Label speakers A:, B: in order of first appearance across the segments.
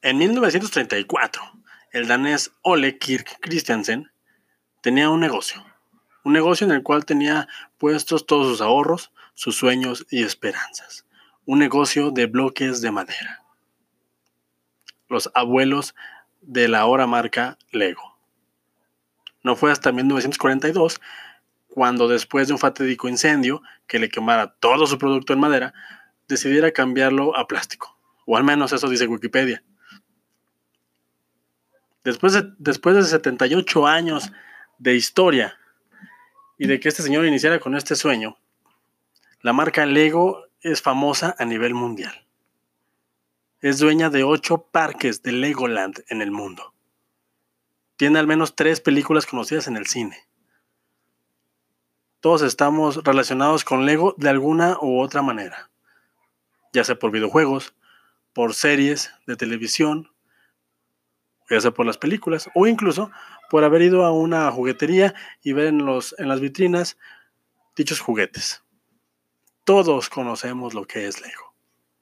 A: En 1934, el danés Ole Kirk Christiansen tenía un negocio en el cual tenía puestos todos sus ahorros, sus sueños y esperanzas. Un negocio de bloques de madera. Los abuelos de la ahora marca Lego. No fue hasta 1942 cuando, después de un fatídico incendio que le quemara todo su producto en madera, decidiera cambiarlo a plástico. O al menos eso dice Wikipedia. Después de 78 años de historia y de que este señor iniciara con este sueño, la marca Lego es famosa a nivel mundial. Es dueña de 8 parques de Legoland en el mundo. Tiene al menos 3 películas conocidas en el cine. Todos estamos relacionados con Lego de alguna u otra manera, ya sea por videojuegos, por series de televisión, ya sea por las películas, o incluso por haber ido a una juguetería y ver en las vitrinas dichos juguetes. Todos conocemos lo que es Lego.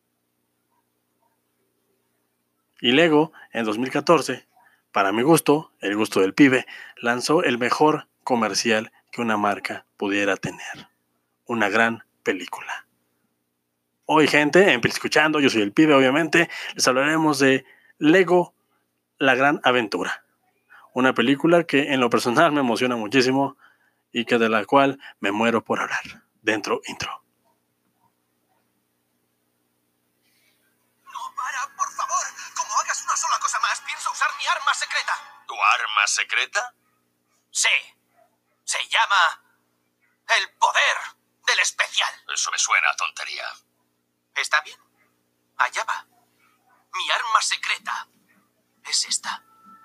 A: Y Lego, en 2014, para mi gusto, el gusto del pibe, lanzó el mejor comercial que una marca pudiera tener. Una gran película. Hoy, gente, en Escuchando, yo soy el pibe, obviamente, les hablaremos de Lego, La Gran Aventura. Una película que en lo personal me emociona muchísimo y que de la cual me muero por hablar. Dentro intro.
B: No, para, por favor. Como hagas una sola cosa más, pienso usar mi arma secreta.
C: ¿Tu arma secreta?
B: Sí. Se llama el poder del especial.
C: Eso me suena a tontería.
B: ¿Está bien? Allá va. Mi arma secreta es esta.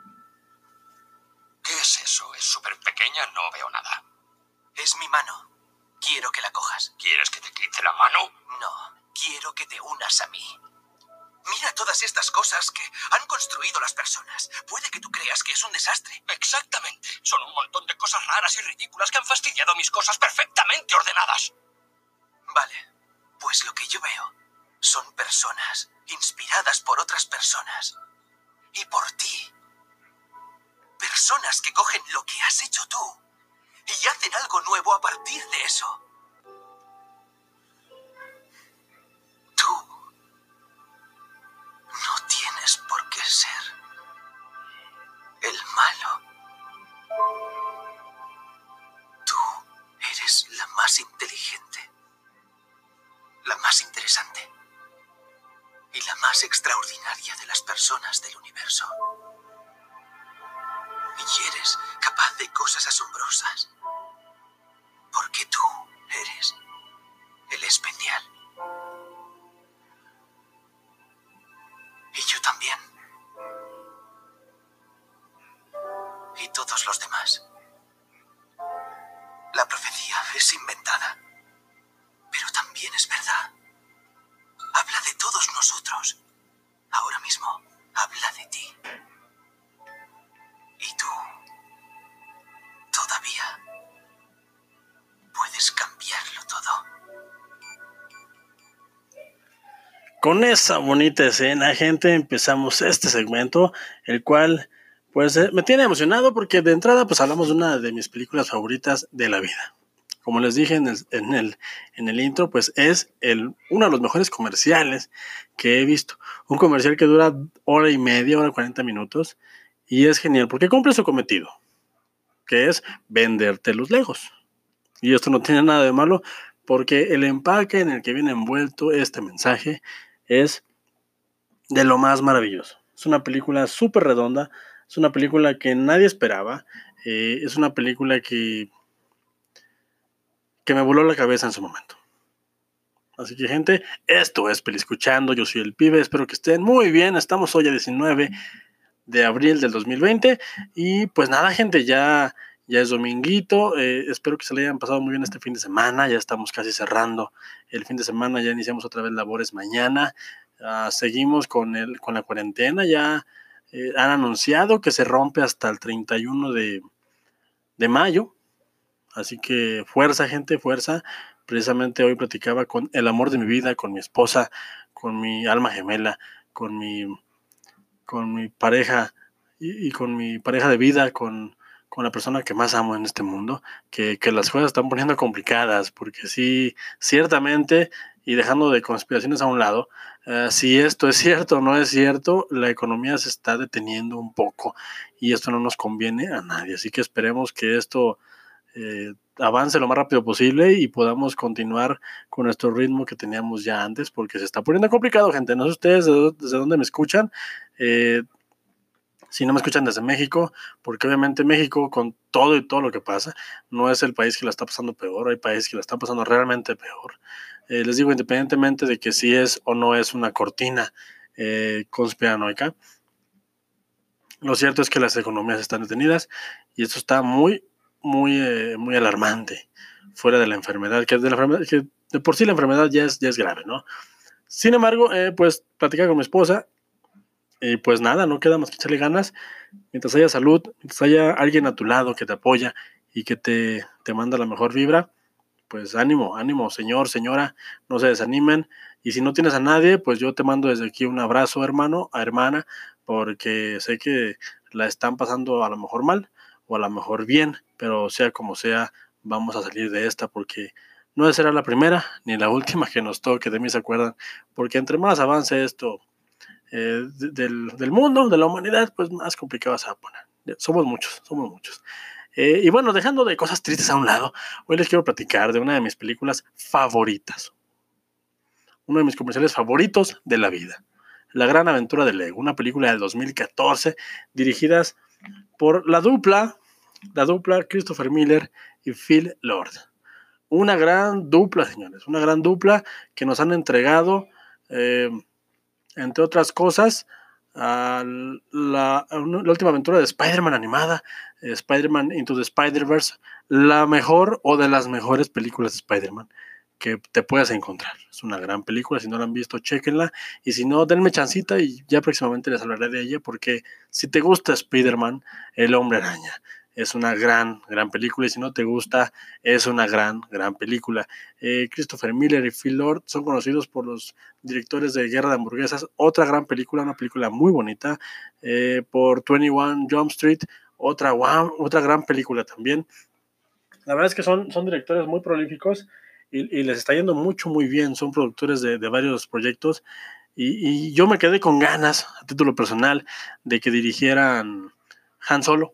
C: ¿Qué es eso? Es súper pequeña, no veo nada.
B: Es mi mano. Quiero que la cojas.
C: ¿Quieres que te quite la mano?
B: No, quiero que te unas a mí. Mira todas estas cosas que han construido las personas. Puede que tú creas que es un desastre.
C: Exactamente. Son un montón de cosas raras y ridículas que han fastidiado mis cosas perfectamente ordenadas.
B: Vale, pues lo que yo veo son personas inspiradas por otras personas. Y por ti. Personas que cogen lo que has hecho tú y hacen algo nuevo a partir de eso. Tú no tienes por qué ser el malo. Tú eres la más inteligente, la más interesante y la más extraordinaria de las personas del universo. Y eres capaz de cosas asombrosas. Porque tú eres el especial. Y yo también. Y todos los demás. La profecía es inventada. Pero también es verdad. Habla de todos nosotros. Ahora mismo habla de ti. Y tú todavía puedes cambiarlo todo.
A: Con esa bonita escena, gente, empezamos este segmento, el cual pues me tiene emocionado porque de entrada pues hablamos de una de mis películas favoritas de la vida. Como les dije en el intro, pues es uno de los mejores comerciales que he visto. Un comercial que dura hora y media, hora 40 minutos, y es genial porque cumple su cometido, que es venderte los Legos. Y esto no tiene nada de malo porque el empaque en el que viene envuelto este mensaje es de lo más maravilloso. Es una película súper redonda, es una película que nadie esperaba, es una película que me voló la cabeza en su momento. Así que, gente, esto es Escuchando, yo soy el pibe, espero que estén muy bien. Estamos hoy a 19 de abril del 2020 y pues nada, gente, ya es dominguito, espero que se le hayan pasado muy bien este fin de semana. Ya estamos casi cerrando el fin de semana, ya iniciamos otra vez labores mañana. Seguimos con la cuarentena, ya han anunciado que se rompe hasta el 31 de mayo, así que fuerza, gente, fuerza. Precisamente hoy platicaba con el amor de mi vida, con mi esposa, con mi alma gemela, con mi mi pareja y con mi pareja de vida, con la persona que más amo en este mundo, que las cosas están poniendo complicadas, porque sí, ciertamente, y dejando de conspiraciones a un lado, si esto es cierto o no es cierto, la economía se está deteniendo un poco y esto no nos conviene a nadie. Así que esperemos que esto avance lo más rápido posible y podamos continuar con nuestro ritmo que teníamos ya antes, porque se está poniendo complicado, gente. No sé ustedes desde dónde me escuchan. Si no me escuchan desde México, porque obviamente México, con todo y todo lo que pasa, no es el país que la está pasando peor, hay países que la están pasando realmente peor. Les digo, independientemente de que si es o no es una cortina conspiranoica, lo cierto es que las economías están detenidas y esto está muy alarmante, fuera de la enfermedad, que de por sí la enfermedad ya es grave, ¿no? Sin embargo, pues platicaba con mi esposa y pues nada, no queda más que echarle ganas. Mientras haya salud, mientras haya alguien a tu lado que te apoya y que te manda la mejor vibra, pues ánimo, ánimo, señor, señora, no se desanimen. Y si no tienes a nadie, pues yo te mando desde aquí un abrazo, hermano, a hermana, porque sé que la están pasando a lo mejor mal o a lo mejor bien, pero sea como sea, vamos a salir de esta porque no será la primera ni la última que nos toque, de mí se acuerdan, porque entre más avance esto del mundo, de la humanidad, pues más complicado se va a poner. Somos muchos, somos muchos. Y bueno, dejando de cosas tristes a un lado, hoy les quiero platicar de una de mis películas favoritas, uno de mis comerciales favoritos de la vida, La Gran Aventura de Lego, una película del 2014 dirigidas por la dupla Christopher Miller y Phil Lord. Una gran dupla, señores, una gran dupla que nos han entregado, entre otras cosas, la última aventura de Spider-Man animada, Spider-Man Into the Spider-Verse, la mejor o de las mejores películas de Spider-Man que te puedas encontrar. Es una gran película, si no la han visto, chéquenla, y si no, denme chancita y ya próximamente les hablaré de ella, porque si te gusta Spider-Man, el Hombre Araña, es una gran película, y si no te gusta, es una gran película. Christopher Miller y Phil Lord son conocidos por los directores de Guerra de Hamburguesas, otra gran película, una película muy bonita, por 21 Jump Street, otra gran película también. La verdad es que son directores muy prolíficos y les está yendo muy bien, son productores de varios proyectos y yo me quedé con ganas, a título personal, de que dirigieran Han Solo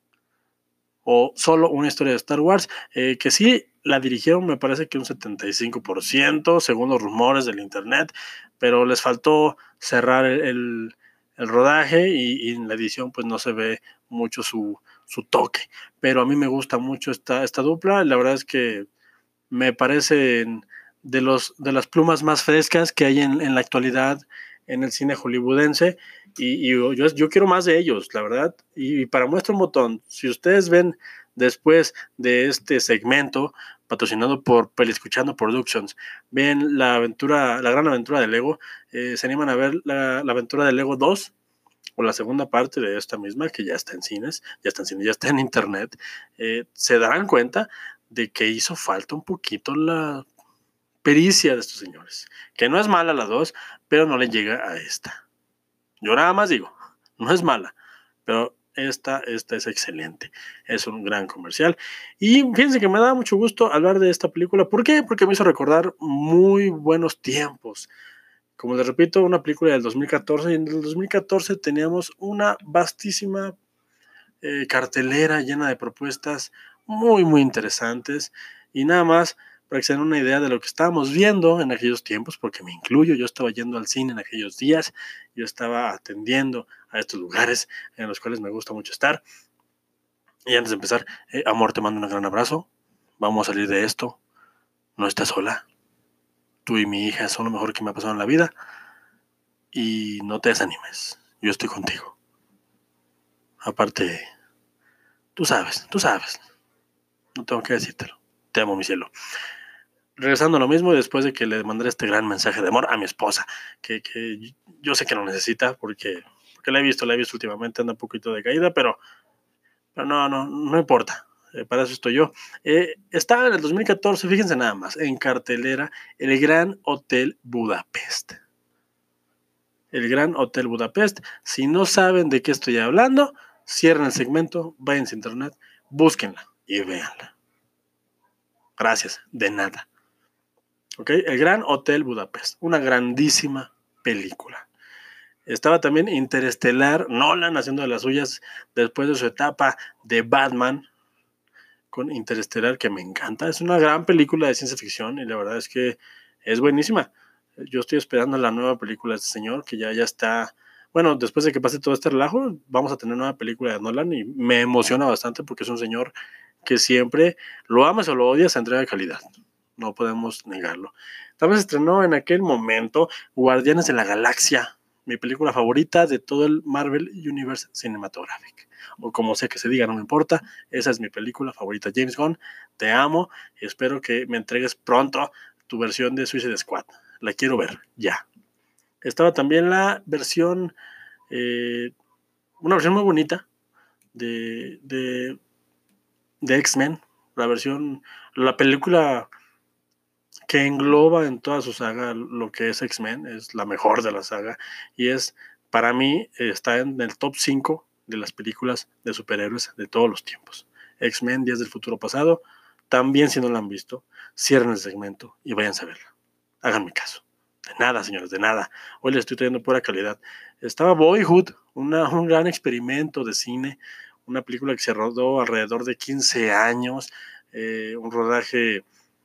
A: o Solo, una historia de Star Wars, que sí la dirigieron, me parece que un 75%, según los rumores del internet, pero les faltó cerrar el rodaje y en la edición pues no se ve mucho su toque, pero a mí me gusta mucho esta dupla, la verdad es que me parecen de las plumas más frescas que hay en la actualidad en el cine hollywoodense y yo quiero más de ellos, la verdad. Y para muestra un botón, si ustedes ven después de este segmento patrocinado por Peliscuchando Productions, ven la gran aventura de Lego, se animan a ver la aventura de Lego 2 o la segunda parte de esta misma, que ya está en cines, ya está en internet, se darán cuenta de que hizo falta un poquito la pericia de estos señores, que no es mala la 2, pero no le llega a esta. Yo nada más digo, no es mala, pero esta es excelente, es un gran comercial. Y fíjense que me da mucho gusto hablar de esta película. ¿Por qué? Porque me hizo recordar muy buenos tiempos. Como les repito, una película del 2014, y en el 2014 teníamos una vastísima cartelera llena de propuestas muy interesantes, y nada más para que se den una idea de lo que estábamos viendo en aquellos tiempos, porque me incluyo, yo estaba yendo al cine en aquellos días, yo estaba atendiendo a estos lugares en los cuales me gusta mucho estar. Y antes de empezar, amor, te mando un gran abrazo, vamos a salir de esto, no estás sola, tú y mi hija son lo mejor que me ha pasado en la vida, y no te desanimes, yo estoy contigo. Aparte, tú sabes, no tengo que decírtelo, te amo, mi cielo. Regresando a lo mismo, y después de que le mandé este gran mensaje de amor a mi esposa, que yo sé que lo necesita, porque la he visto últimamente, anda un poquito de caída, pero no importa, para eso estoy yo. Estaba en el 2014, fíjense nada más, en cartelera, el Gran Hotel Budapest. El Gran Hotel Budapest. Si no saben de qué estoy hablando, cierren el segmento, vayan a internet, búsquenla y véanla. Gracias, de nada. ¿Ok? El Gran Hotel Budapest, una grandísima película. Estaba también Interestelar, Nolan haciendo de las suyas después de su etapa de Batman, con Interestelar, que me encanta. Es una gran película de ciencia ficción y la verdad es que es buenísima. Yo estoy esperando la nueva película de este señor, que ya está. Bueno, después de que pase todo este relajo, vamos a tener nueva película de Nolan y me emociona bastante porque es un señor que siempre, lo amas o lo odias, se entrega de calidad. No podemos negarlo. También se estrenó en aquel momento Guardianes de la Galaxia, mi película favorita de todo el Marvel Universe Cinematographic. O como sea que se diga, no me importa. Esa es mi película favorita. James Gunn, te amo y espero que me entregues pronto tu versión de Suicide Squad. La quiero ver, ya. Estaba también la versión, una versión muy bonita de X-Men. La película que engloba en toda su saga lo que es X-Men, es la mejor de la saga y es, para mí, está en el top 5 de las películas de superhéroes de todos los tiempos. X-Men, Días del Futuro Pasado, también si no la han visto, cierren el segmento y vayan a verla. Háganme caso. De nada, señores, de nada. Hoy les estoy trayendo pura calidad. Estaba Boyhood, un gran experimento de cine, una película que se rodó alrededor de 15 años, un rodaje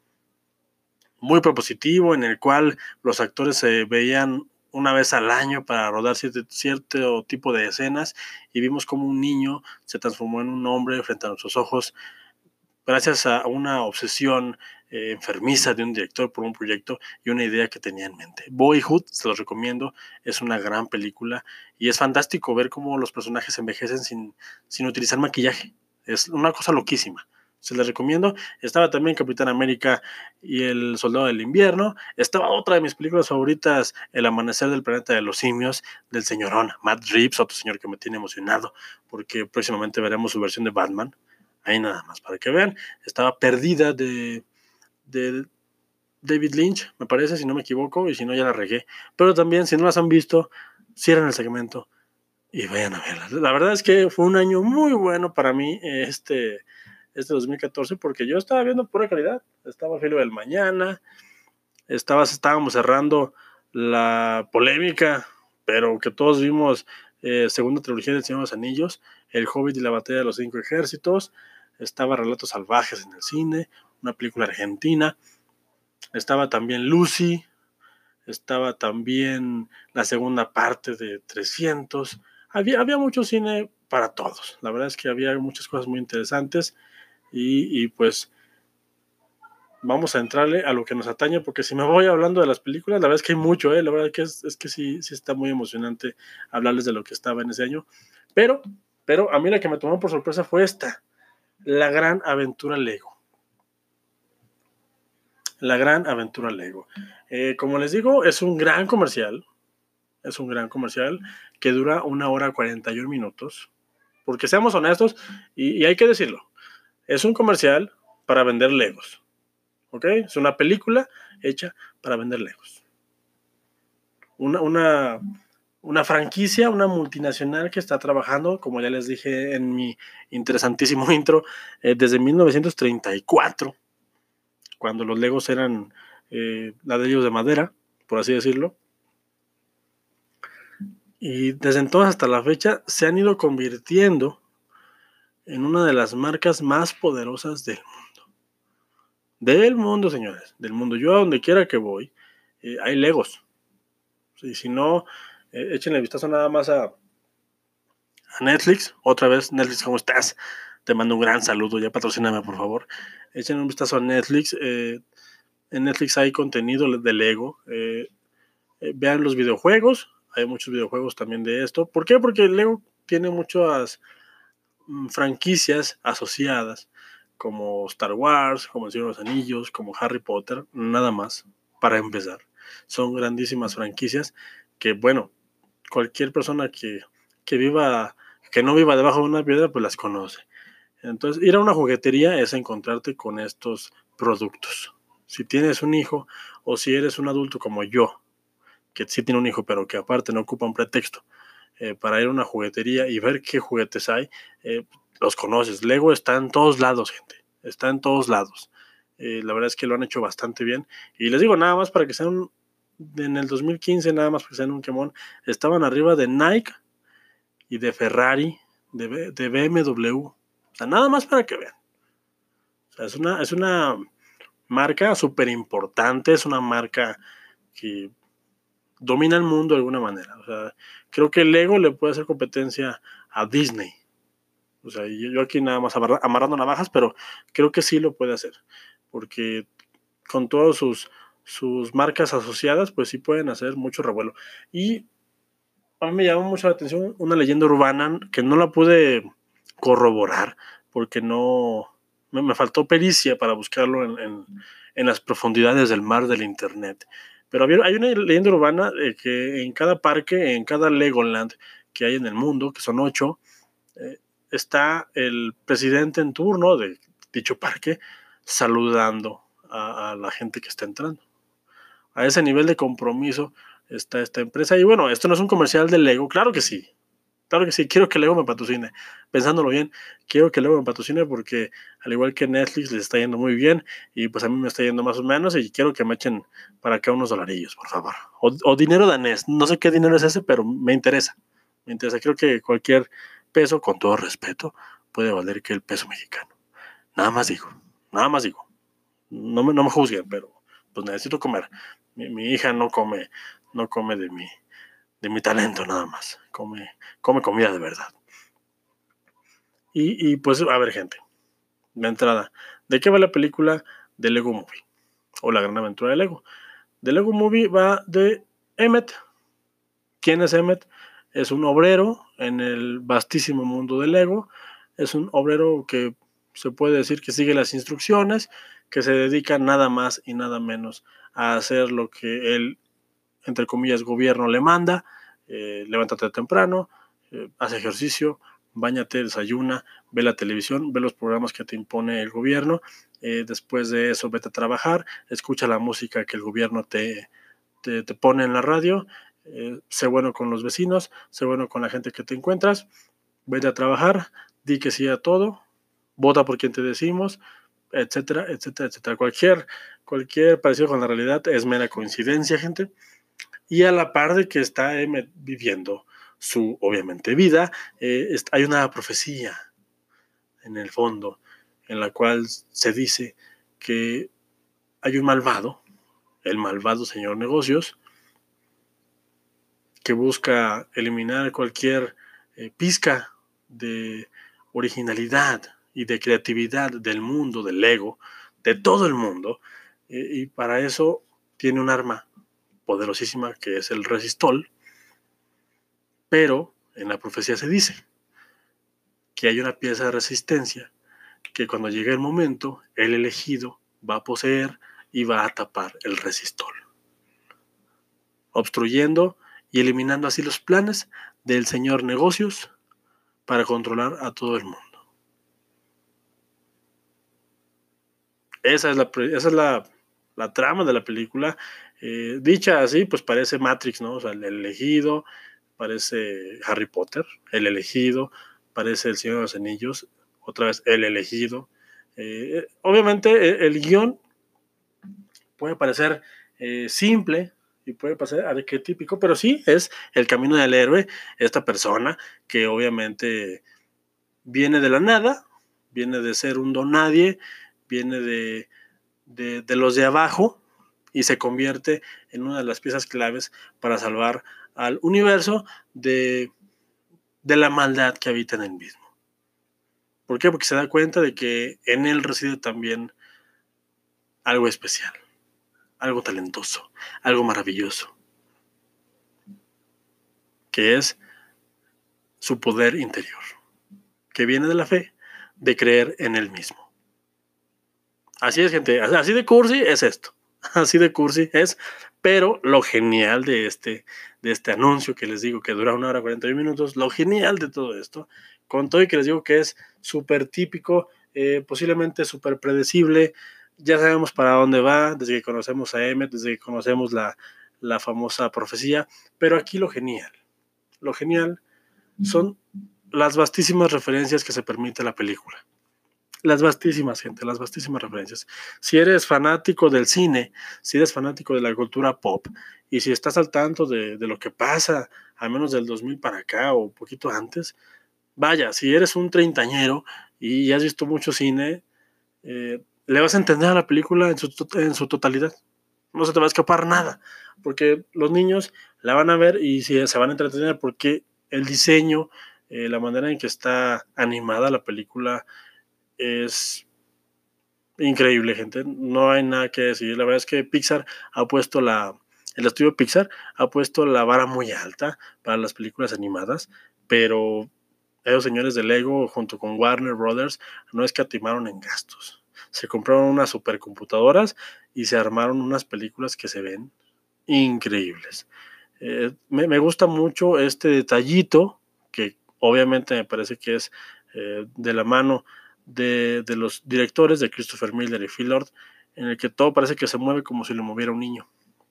A: muy propositivo en el cual los actores se veían una vez al año para rodar cierto tipo de escenas y vimos como un niño se transformó en un hombre frente a nuestros ojos gracias a una obsesión enfermiza de un director por un proyecto y una idea que tenía en mente. Boyhood, se los recomiendo, es una gran película y es fantástico ver cómo los personajes envejecen sin utilizar maquillaje. Es una cosa loquísima. Se les recomiendo. Estaba también Capitán América y el Soldado del Invierno. Estaba otra de mis películas favoritas, El Amanecer del Planeta de los Simios, del señorón Matt Reeves, otro señor que me tiene emocionado, porque próximamente veremos su versión de Batman. Ahí nada más, para que vean. Estaba Perdida de David Lynch, me parece, si no me equivoco, y si no ya la regué. Pero también, si no las han visto, cierren el segmento y vayan a verlas. La verdad es que fue un año muy bueno para mí, este 2014, porque yo estaba viendo pura calidad. Estaba Filo del Mañana, estábamos cerrando la polémica, pero que todos vimos, segunda trilogía del Señor de los Anillos, El Hobbit y la Batalla de los Cinco Ejércitos. Estaba Relatos Salvajes en el cine, una película argentina. Estaba también Lucy, estaba también la segunda parte de 300. Había mucho cine para todos. La verdad es que había muchas cosas muy interesantes y pues vamos a entrarle a lo que nos atañe, porque si me voy hablando de las películas, la verdad es que hay mucho, la verdad que es que sí está muy emocionante hablarles de lo que estaba en ese año, pero a mí la que me tomó por sorpresa fue esta, La Gran Aventura Lego. La Gran Aventura Lego. Como les digo, es un gran comercial que dura 1 hora 41 minutos, porque seamos honestos, y hay que decirlo, es un comercial para vender Legos. ¿Ok? Es una película hecha para vender Legos. Una franquicia, una multinacional que está trabajando, como ya les dije en mi interesantísimo intro, desde 1934, cuando los Legos eran ladrillos de madera, por así decirlo. Y desde entonces hasta la fecha se han ido convirtiendo en una de las marcas más poderosas del mundo. Del mundo, señores, del mundo. Yo a donde quiera que voy, hay Legos. Y si no, échenle vistazo nada más a Netflix. Otra vez, Netflix, ¿cómo estás? Te mando un gran saludo, ya patrocíname, por favor. Echen un vistazo a Netflix. En Netflix hay contenido de Lego. Vean los videojuegos. Hay muchos videojuegos también de esto. ¿Por qué? Porque Lego tiene muchas franquicias asociadas, como Star Wars, como El Señor de los Anillos, como Harry Potter, nada más, para empezar. Son grandísimas franquicias que, bueno, cualquier persona que no viva debajo de una piedra, pues las conoce. Entonces, ir a una juguetería es encontrarte con estos productos. Si tienes un hijo o si eres un adulto como yo, que sí tiene un hijo, pero que aparte no ocupa un pretexto para ir a una juguetería y ver qué juguetes hay, los conoces. Lego está en todos lados, gente. Está en todos lados. La verdad es que lo han hecho bastante bien. Y les digo, nada más para que sean en el 2015, nada más para que sean un quemón, estaban arriba de Nike y de Ferrari, de BMW. O sea, nada más para que vean. O sea, es una marca súper importante, es una marca que domina el mundo de alguna manera. O sea, creo que Lego le puede hacer competencia a Disney. O sea, yo aquí nada más amarrando navajas, pero creo que sí lo puede hacer. Porque con todas sus marcas asociadas, pues sí pueden hacer mucho revuelo. Y a mí me llamó mucho la atención una leyenda urbana que no la pude corroborar, porque no me faltó pericia para buscarlo en las profundidades del mar del internet. Pero hay una leyenda urbana de que en cada parque, en cada Legoland que hay en el mundo, que son 8, está el presidente en turno de dicho parque saludando a la gente que está entrando. A ese nivel de compromiso está esta empresa. Y bueno, esto no es un comercial de Lego, claro que sí. Claro que sí, quiero que Lego me patrocine. Pensándolo bien, quiero que Lego me patrocine porque al igual que Netflix les está yendo muy bien y pues a mí me está yendo más o menos y quiero que me echen para acá unos dolarillos, por favor. O dinero danés, no sé qué dinero es ese, pero me interesa. Me interesa, creo que cualquier peso, con todo respeto, puede valer que el peso mexicano. Nada más digo, nada más digo. No me juzguen, pero pues necesito comer. Mi hija no come de mi talento nada más. Come comida de verdad. Y pues, a ver, gente, de entrada, ¿de qué va la película de Lego Movie? O La Gran Aventura de Lego. De Lego Movie va de Emmet. ¿Quién es Emmet? Es un obrero en el vastísimo mundo de Lego. Es un obrero que se puede decir que sigue las instrucciones, que se dedica nada más y nada menos a hacer lo que el, entre comillas, gobierno le manda. Levántate temprano, haz ejercicio, báñate, desayuna, ve la televisión, ve los programas que te impone el gobierno. Después de eso, vete a trabajar, escucha la música que el gobierno te pone en la radio. Sé bueno con los vecinos, sé bueno con la gente que te encuentras, vete a trabajar, di que sí a todo, vota por quien te decimos, etcétera, etcétera, etcétera. Cualquier parecido con la realidad es mera coincidencia, gente. Y a la par de que está viviendo su, obviamente, vida, hay una profecía en el fondo en la cual se dice que hay un malvado, el malvado señor negocios, que busca eliminar cualquier pizca de originalidad y de creatividad del mundo del Lego, de todo el mundo, y para eso tiene un arma poderosísima que es el resistol, pero en la profecía se dice que hay una pieza de resistencia que cuando llegue el momento, el elegido va a poseer y va a tapar el resistol, obstruyendo y eliminando así los planes del señor negocios para controlar a todo el mundo. Esa es la trama de la película. Dicha así, pues parece Matrix, ¿no? O sea, el elegido, parece Harry Potter, el elegido, parece El Señor de los Anillos, otra vez el elegido. Obviamente el guión puede parecer simple y puede parecer arquetípico, pero sí es el camino del héroe, esta persona que obviamente viene de la nada, viene de ser un don nadie, viene de los de abajo y se convierte en una de las piezas claves para salvar al universo de la maldad que habita en el mismo. ¿Por qué? Porque se da cuenta de que en él reside también algo especial, algo talentoso, algo maravilloso, que es su poder interior, que viene de la fe, de creer en él mismo. Así es, gente, así de cursi es esto, así de cursi es, pero lo genial de este anuncio que les digo que dura 1 hora 41 minutos, lo genial de todo esto, con todo y que les digo que es súper típico, posiblemente súper predecible, ya sabemos para dónde va, desde que conocemos a Emmet, desde que conocemos la famosa profecía, pero aquí lo genial son las vastísimas referencias que se permite la película. Las vastísimas referencias. Si eres fanático del cine, si eres fanático de la cultura pop, y si estás al tanto de lo que pasa, al menos del 2000 para acá o un poquito antes, vaya, si eres un treintañero y has visto mucho cine, le vas a entender a la película en su totalidad. No se te va a escapar nada, porque los niños la van a ver y se van a entretener, porque el diseño, la manera en que está animada la película es increíble, gente. No hay nada que decir. La verdad es que el estudio Pixar ha puesto la vara muy alta para las películas animadas, pero esos señores de Lego, junto con Warner Brothers, no escatimaron en gastos. Se compraron unas supercomputadoras y se armaron unas películas que se ven increíbles. Me gusta mucho este detallito, que obviamente me parece que es de la mano de los directores de Christopher Miller y Phil Lord, en el que todo parece que se mueve como si lo moviera un niño.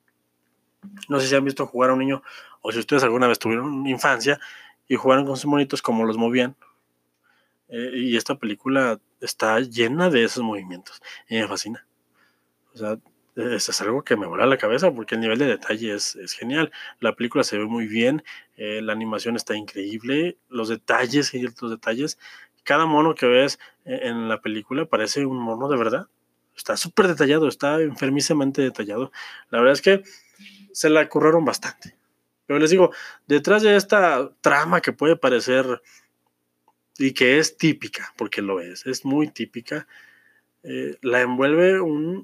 A: No sé si han visto jugar a un niño, o si ustedes alguna vez tuvieron infancia y jugaron con sus monitos como los movían. Y esta película está llena de esos movimientos y me fascina. O sea, eso es algo que me vuela la cabeza, porque el nivel de detalle es genial. La película se ve muy bien, la animación está increíble, los detalles, cada mono que ves en la película parece un mono de verdad. Está súper detallado, está enfermizamente detallado. La verdad es que se la curraron bastante. Pero les digo, detrás de esta trama que puede parecer y que es típica, porque lo es muy típica, la envuelve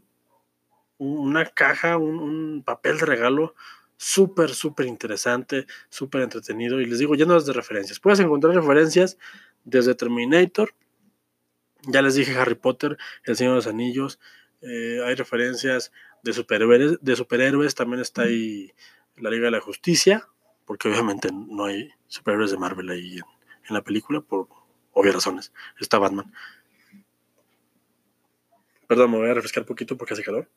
A: una caja, un papel de regalo súper interesante, súper entretenido. Y les digo, lleno de referencias. Puedes encontrar referencias desde Terminator, ya les dije Harry Potter, El Señor de los Anillos, hay referencias de superhéroes, también está ahí la Liga de la Justicia, porque obviamente no hay superhéroes de Marvel ahí en la película, por obvias razones. Está Batman. Perdón, me voy a refrescar un poquito porque hace calor.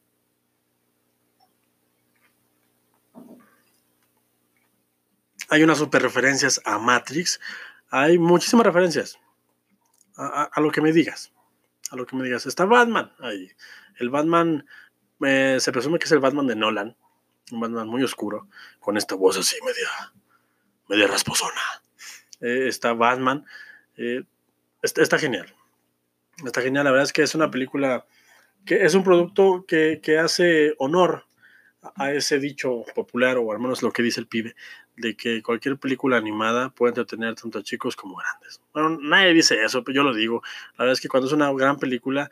A: Hay unas super referencias a Matrix. Hay muchísimas referencias a lo que me digas. A lo que me digas. Está Batman ahí. El Batman, se presume que es el Batman de Nolan. Un Batman muy oscuro, con esta voz así media rasposona. Está Batman. Está genial. Está genial. La verdad es que es una película que es un producto que hace honor a ese dicho popular, o al menos lo que dice el pibe, de que cualquier película animada puede entretener tanto a chicos como grandes. Bueno, nadie dice eso, pero yo lo digo. La verdad es que cuando es una gran película,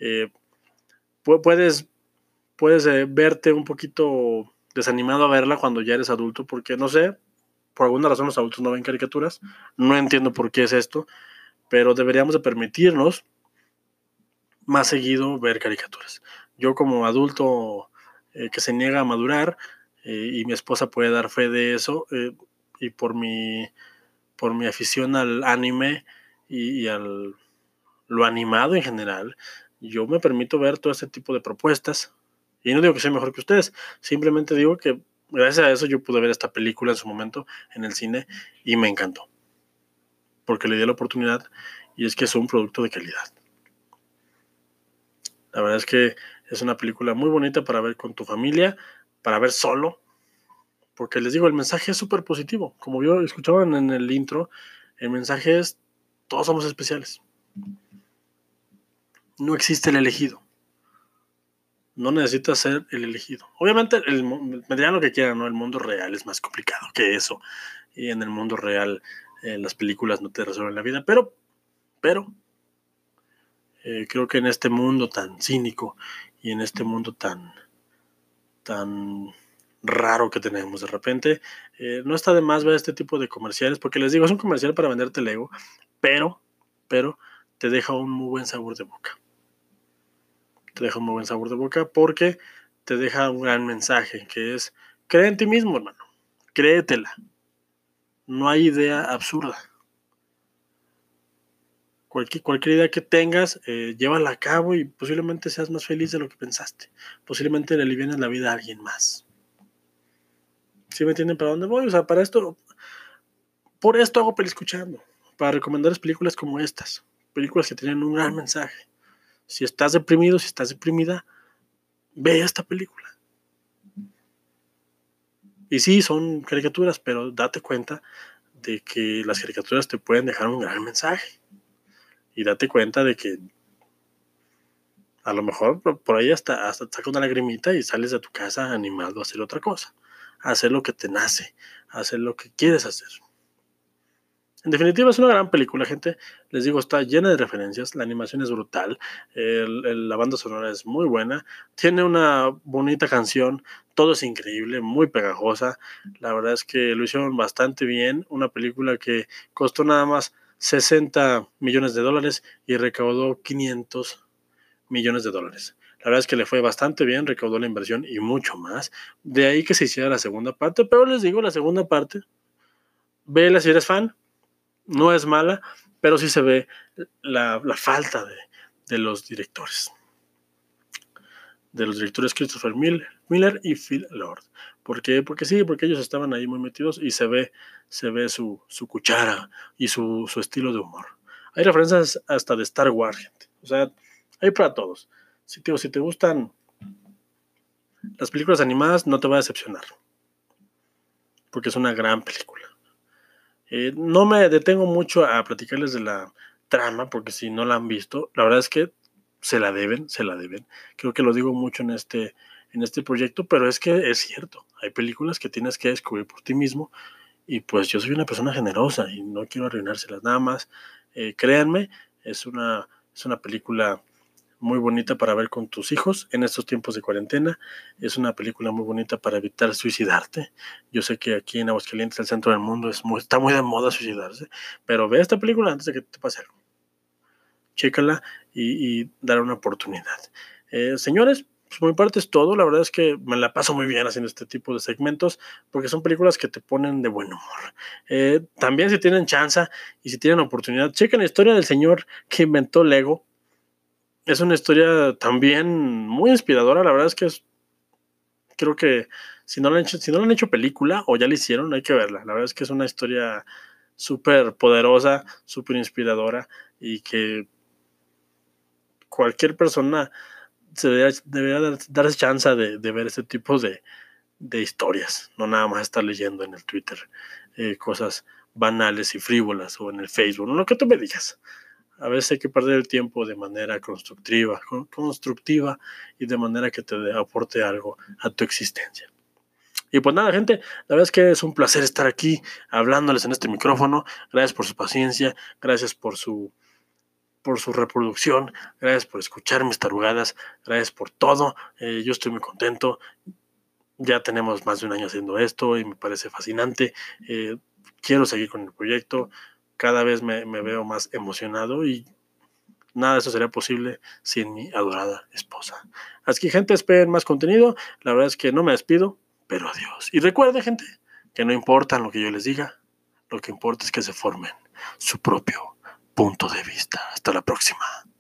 A: puedes verte un poquito desanimado a verla cuando ya eres adulto, porque no sé, por alguna razón los adultos no ven caricaturas. No entiendo por qué es esto, pero deberíamos de permitirnos más seguido ver caricaturas. Yo como adulto que se niega a madurar, y mi esposa puede dar fe de eso, y por mi afición al anime y al lo animado en general, yo me permito ver todo este tipo de propuestas. Y no digo que sea mejor que ustedes, simplemente digo que gracias a eso yo pude ver esta película en su momento en el cine y me encantó, porque le di la oportunidad, y es que es un producto de calidad. La verdad es que es una película muy bonita para ver con tu familia, para ver solo, porque les digo, el mensaje es súper positivo. Como yo escuchaban en el intro, el mensaje es: todos somos especiales. No existe el elegido. No necesitas ser el elegido. Obviamente, me dirán lo que quieran, ¿no? El mundo real es más complicado que eso. Y en el mundo real, las películas no te resuelven la vida. Pero creo que en este mundo tan cínico y en este mundo tan raro que tenemos de repente, no está de más ver este tipo de comerciales, porque les digo, es un comercial para venderte Lego, pero te deja un muy buen sabor de boca. Te deja un muy buen sabor de boca porque te deja un gran mensaje, que es: cree en ti mismo, hermano, créetela. No hay idea absurda. Cualquier idea que tengas, llévala a cabo y posiblemente seas más feliz de lo que pensaste. Posiblemente le alivienes la vida a alguien más. ¿Sí me entienden para dónde voy? O sea, por esto hago Peliscuchando, para recomendarles películas como estas, películas que tienen un gran mensaje. Si estás deprimido, si estás deprimida, ve esta película. Y sí, son caricaturas, pero date cuenta de que las caricaturas te pueden dejar un gran mensaje. Y date cuenta de que a lo mejor por ahí hasta sacas una lagrimita y sales de tu casa animado a hacer otra cosa, a hacer lo que te nace, a hacer lo que quieres hacer. En definitiva, es una gran película, gente. Les digo, está llena de referencias. La animación es brutal. La banda sonora es muy buena. Tiene una bonita canción. Todo es increíble, muy pegajosa. La verdad es que lo hicieron bastante bien. Una película que costó nada más $60 millones y recaudó $500 millones. La verdad es que le fue bastante bien, recaudó la inversión y mucho más. De ahí que se hiciera la segunda parte. Pero les digo, la segunda parte, vela si eres fan. No es mala, pero sí se ve la falta de los directores. De los directores Christopher Miller y Phil Lord. ¿Por qué? Porque sí, porque ellos estaban ahí muy metidos y se ve su cuchara y su estilo de humor. Hay referencias hasta de Star Wars, gente. O sea, hay para todos. Si te gustan las películas animadas, no te va a decepcionar. Porque es una gran película. No me detengo mucho a platicarles de la trama, porque si no la han visto, la verdad es que se la deben. Creo que lo digo mucho en este proyecto, pero es que es cierto. Hay películas que tienes que descubrir por ti mismo, y pues yo soy una persona generosa y no quiero arruinárselas nada más. Créanme, es una película muy bonita para ver con tus hijos en estos tiempos de cuarentena. Es una película muy bonita para evitar suicidarte. Yo sé que aquí en Aguascalientes, el centro del mundo, está muy de moda suicidarse, pero ve esta película antes de que te pase algo. Chécala y dar una oportunidad. Señores, pues por mi parte es todo. La verdad es que me la paso muy bien haciendo este tipo de segmentos porque son películas que te ponen de buen humor. También si tienen chance y si tienen oportunidad, chequen la historia del señor que inventó Lego. Es una historia también muy inspiradora. La verdad es que creo que si no la han hecho película o ya la hicieron, hay que verla. La verdad es que es una historia súper poderosa, súper inspiradora y que cualquier persona debería darse chance de ver ese tipo de historias, no nada más estar leyendo en el Twitter cosas banales y frívolas o en el Facebook, no lo que tú me digas. A veces hay que perder el tiempo de manera constructiva y de manera que te aporte algo a tu existencia. Y pues nada, gente, la verdad es que es un placer estar aquí hablándoles en este micrófono. Gracias por su paciencia, gracias por su reproducción, gracias por escuchar mis tarugadas, gracias por todo. Yo estoy muy contento. Ya tenemos más de un año haciendo esto y me parece fascinante. Quiero seguir con el proyecto. Cada vez me veo más emocionado y nada de eso sería posible sin mi adorada esposa. Así que, gente, esperen más contenido. La verdad es que no me despido, pero adiós. Y recuerden, gente, que no importa lo que yo les diga, lo que importa es que se formen su propio punto de vista. Hasta la próxima.